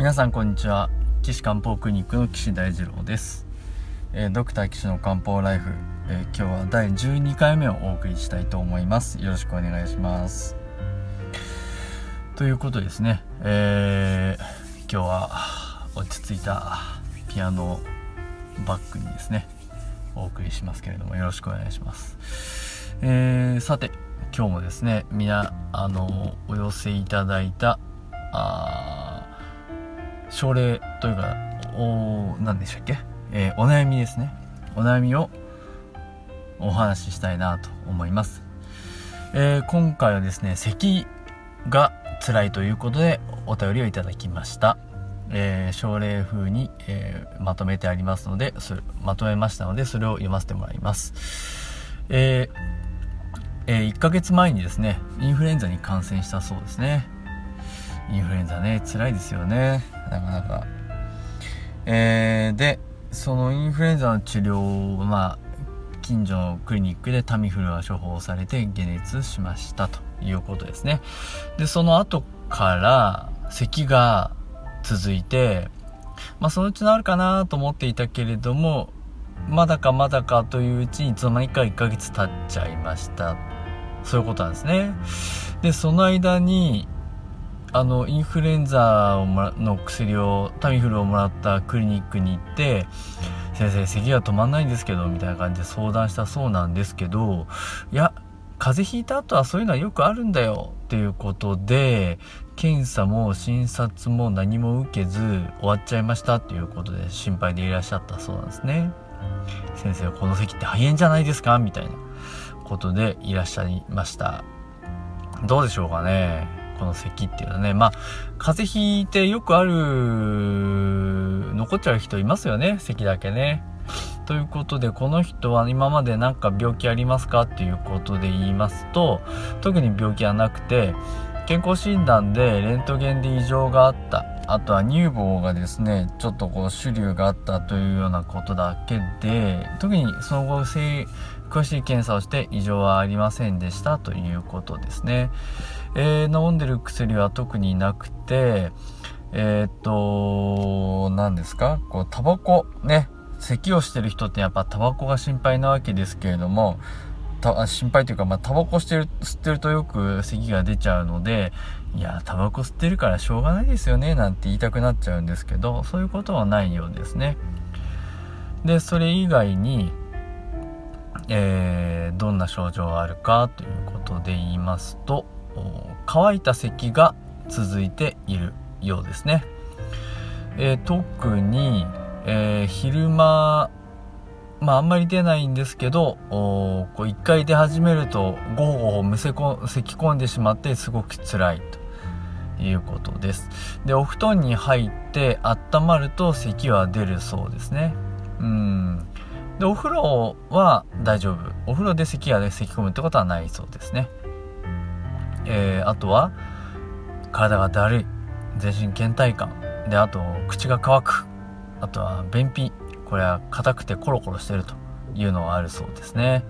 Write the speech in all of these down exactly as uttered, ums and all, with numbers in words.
皆さんこんにちは。岸漢方クリニックの岸大二郎です。えー、ドクター岸の漢方ライフ、えー、今日はだいじゅうにかいめをお送りしたいと思います。よろしくお願いします。ということですね、えー、今日は落ち着いたピアノをバックにですねお送りしますけれども、よろしくお願いします。えー、さて今日もですね、みなあのお寄せいただいたあ症例というかお何でしたっけ、えー、お悩みですね。お悩みをお話ししたいなと思います。えー、今回はですね、咳が辛いということでお便りをいただきました。えー、症例風に、えー、まとめてありますので、それまとめましたのでそれを読ませてもらいます。えーえー、いっかげつまえにですね、インフルエンザに感染したそうですね。インフルエンザね、辛いですよね、なかなか。えー、でそのインフルエンザの治療を、まあ、近所のクリニックでタミフルが処方されて解熱しましたということですね。でその後から咳が続いて、まあ、そのうち治るかなと思っていたけれども、まだかまだかといううちにいつの間にかいっかげつ経っちゃいました。そういうことなんですね。でその間にあのインフルエンザをもらの薬をタミフルをもらったクリニックに行って、先生咳が止まんないんですけどみたいな感じで相談したそうなんですけど、いや風邪ひいた後はそういうのはよくあるんだよっていうことで、検査も診察も何も受けず終わっちゃいましたっていうことで心配でいらっしゃったそうなんですね。先生この咳って肺炎じゃないですかみたいなことでいらっしゃいました。どうでしょうかね、この咳っていうのはね。まあ風邪ひいてよくある残っちゃう人いますよね、咳だけね。ということでこの人は今まで何か病気ありますかっていうことで言いますと、特に病気はなくて、健康診断でレントゲンで異常があった、あとは乳房がですねちょっとこう腫瘤があったというようなことだけで、特にその後詳しい検査をして異常はありませんでしたということですね。えー、飲んでる薬は特になくて、えー、っと何ですか、こうタバコね、咳をしてる人ってやっぱタバコが心配なわけですけれども、た心配というか、まあタバコしてる吸ってるとよく咳が出ちゃうので、いやタバコ吸ってるからしょうがないですよねなんて言いたくなっちゃうんですけど、そういうことはないようですね。でそれ以外に、えー、どんな症状があるかということで言いますと、乾いた咳が続いているようですね。えー、特に、えー、昼間まああんまり出ないんですけど、こう一回出始めるとゴホゴホむせこ咳込んでしまってすごく辛いということです。でお布団に入って温まると咳は出るそうですね。うんでお風呂は大丈夫、お風呂で咳がで咳込むってことはないそうですね。えー、あとは体がだるい、全身倦怠感で、あと口が乾く、あとは便秘、これは硬くてコロコロしてるというのがあるそうですね。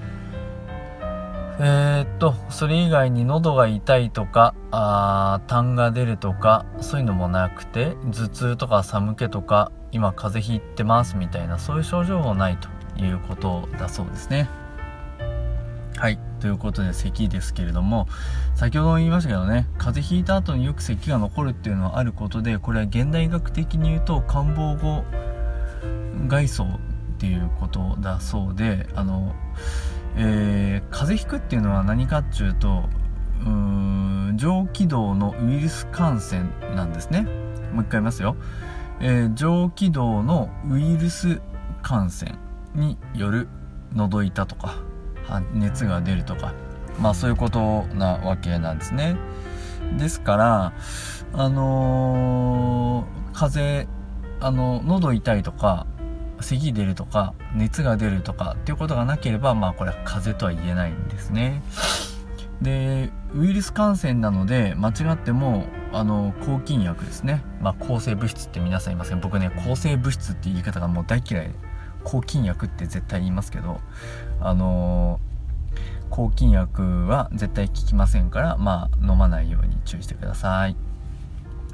えー、っとそれ以外に喉が痛いとかあ痰が出るとかそういうのもなくて、頭痛とか寒気とか今風邪ひいてますみたいなそういう症状もないということだそうですね。はい、ということで咳ですけれども、先ほども言いましたけどね、風邪ひいた後によく咳が残るっていうのはあることで、これは現代医学的に言うと感冒後外装っていうことだそうで、あの、えー、風邪ひくっていうのは何かっていうと、うーん上気道のウイルス感染なんですね。もう一回言いますよ、えー、上気道のウイルス感染による喉痛とか熱が出るとか、まあそういうことなわけなんですね。ですからあのー、風邪あの喉痛いとか咳出るとか熱が出るとかっていうことがなければ、まあこれは風邪とは言えないんですね。でウイルス感染なので間違ってもあの抗菌薬ですね、まあ抗生物質って皆さん言いますけど、僕ね抗生物質って言い方がもう大嫌いで、抗菌薬って絶対言いますけど、あのー、抗菌薬は絶対効きませんから、まあ飲まないように注意してください、ね、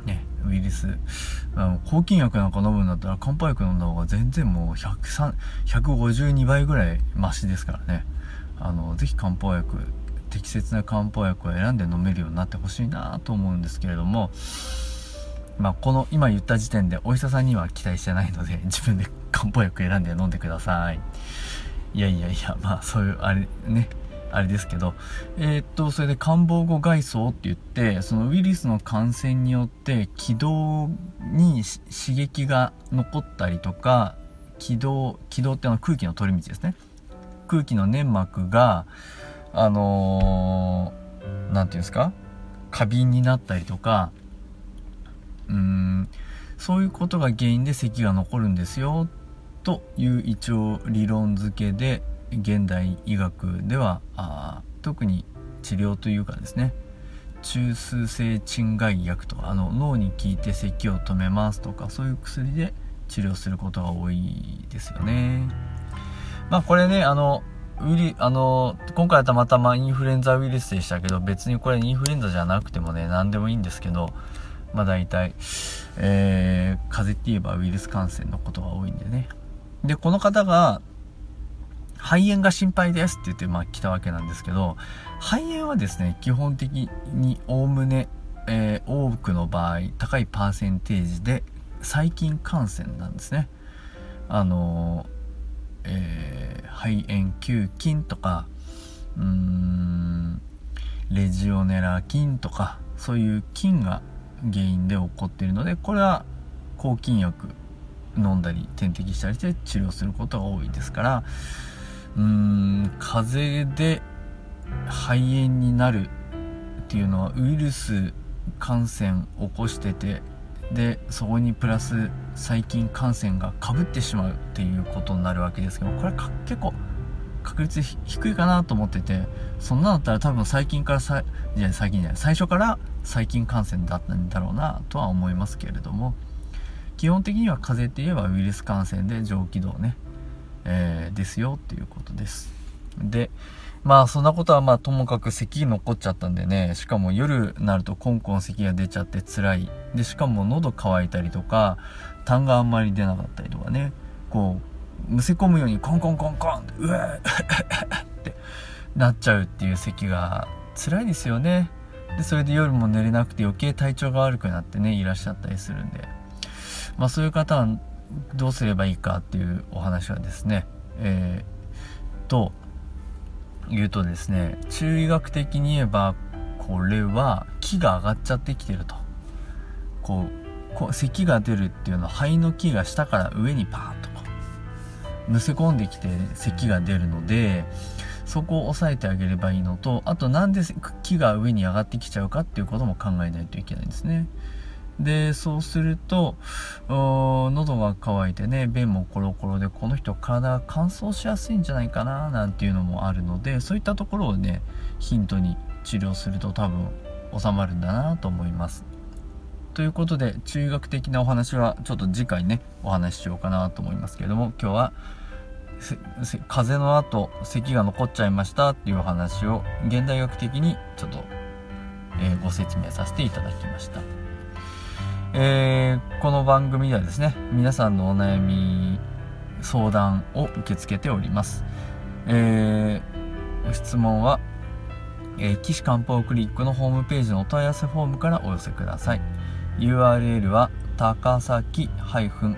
ウイルス、あの抗菌薬なんか飲むんだったら漢方薬飲んだ方が全然もうひゃくさん、ひゃくごじゅうにばいぐらいマシですからね。あのぜひ漢方薬、適切な漢方薬を選んで飲めるようになってほしいなと思うんですけれども、まあ、この今言った時点でお医者さんには期待してないので、自分で漢方薬選んで飲んでください。いやいやいや、まあそういうあれね、あれですけど、えー、っとそれで感房後外装って言って、そのウイルスの感染によって気道に刺激が残ったりとか、気道気道ってのは空気の通り道ですね。空気の粘膜があのー、なんていうんですか、過敏になったりとか、うーんそういうことが原因で咳が残るんですよという一応理論付けで、現代医学ではあ特に治療というかですね、中枢性鎮害薬とか、あの脳に効いて咳を止めますとか、そういう薬で治療することが多いですよね。まあこれね、あのウイルあの今回はたまたまインフルエンザウイルスでしたけど、別にこれインフルエンザじゃなくてもね、何でもいいんですけど、まあ大体、えー、風邪って言えばウイルス感染のことが多いんでね。でこの方が肺炎が心配ですって言ってまあ来たわけなんですけど、肺炎はですね、基本的におおむね、えー、多くの場合高いパーセンテージで細菌感染なんですね。あのーえー、肺炎球菌とか、うーんレジオネラ菌とか、そういう菌が原因で起こっているので、これは抗菌薬飲んだり点滴したりして治療することが多いですから、うーん風邪で肺炎になるっていうのはウイルス感染を起こしてて、でそこにプラス細菌感染がかぶってしまうっていうことになるわけですけど、これは結構確率低いかなと思ってて、そんなだったら多分細菌からさじゃあ最近じゃない最初から細菌感染だったんだろうなとは思いますけれども、基本的には風邪って言えばウイルス感染で上気道ね、えー、ですよっていうことです。でまあそんなことはまあともかく咳残っちゃったんでね、しかも夜になるとコンコン咳が出ちゃって辛いで、しかも喉乾いたりとか痰があんまり出なかったりとかね、こうむせ込むようにコンコンコンコンってうわーってなっちゃうっていう咳が辛いですよね。でそれで夜も寝れなくて余計体調が悪くなってねいらっしゃったりするんで、まあそういう方はどうすればいいかっていうお話はですね、えー、と言うとですね、中医学的に言えばこれは気が上がっちゃってきてると、こうこう咳が出るっていうのは肺の気が下から上にパーッとこうむせ込んできて咳が出るので、そこを抑えてあげればいいのと、あとなんで気が上に上がってきちゃうかっていうことも考えないといけないんですね。でそうすると喉が渇いてね、便もコロコロで、この人体が乾燥しやすいんじゃないかななんていうのもあるので、そういったところをねヒントに治療すると多分収まるんだなと思います。ということで中医学的なお話はちょっと次回ねお話ししようかなと思いますけれども、今日は風邪の後咳が残っちゃいましたっていうお話を現代学的にちょっと、えー、ご説明させていただきました。えー、この番組ではですね、皆さんのお悩み相談を受け付けております。えー、質問は、えー、岸漢方クリニックのホームページのお問い合わせフォームからお寄せください。 ユーアールエル は高崎漢方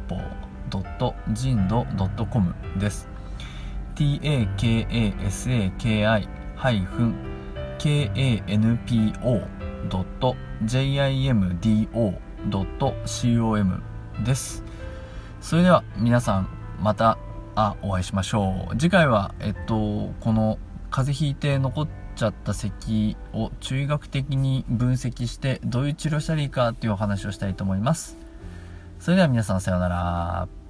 人道 .com です。 タカサキ kanpo.jimdo.com です。それでは皆さんまたあお会いしましょう。次回はえっとこの風邪ひいて残っちゃった咳を中医学的に分析してどういう治療したらいいかっていうお話をしたいと思います。それでは皆さんさようなら。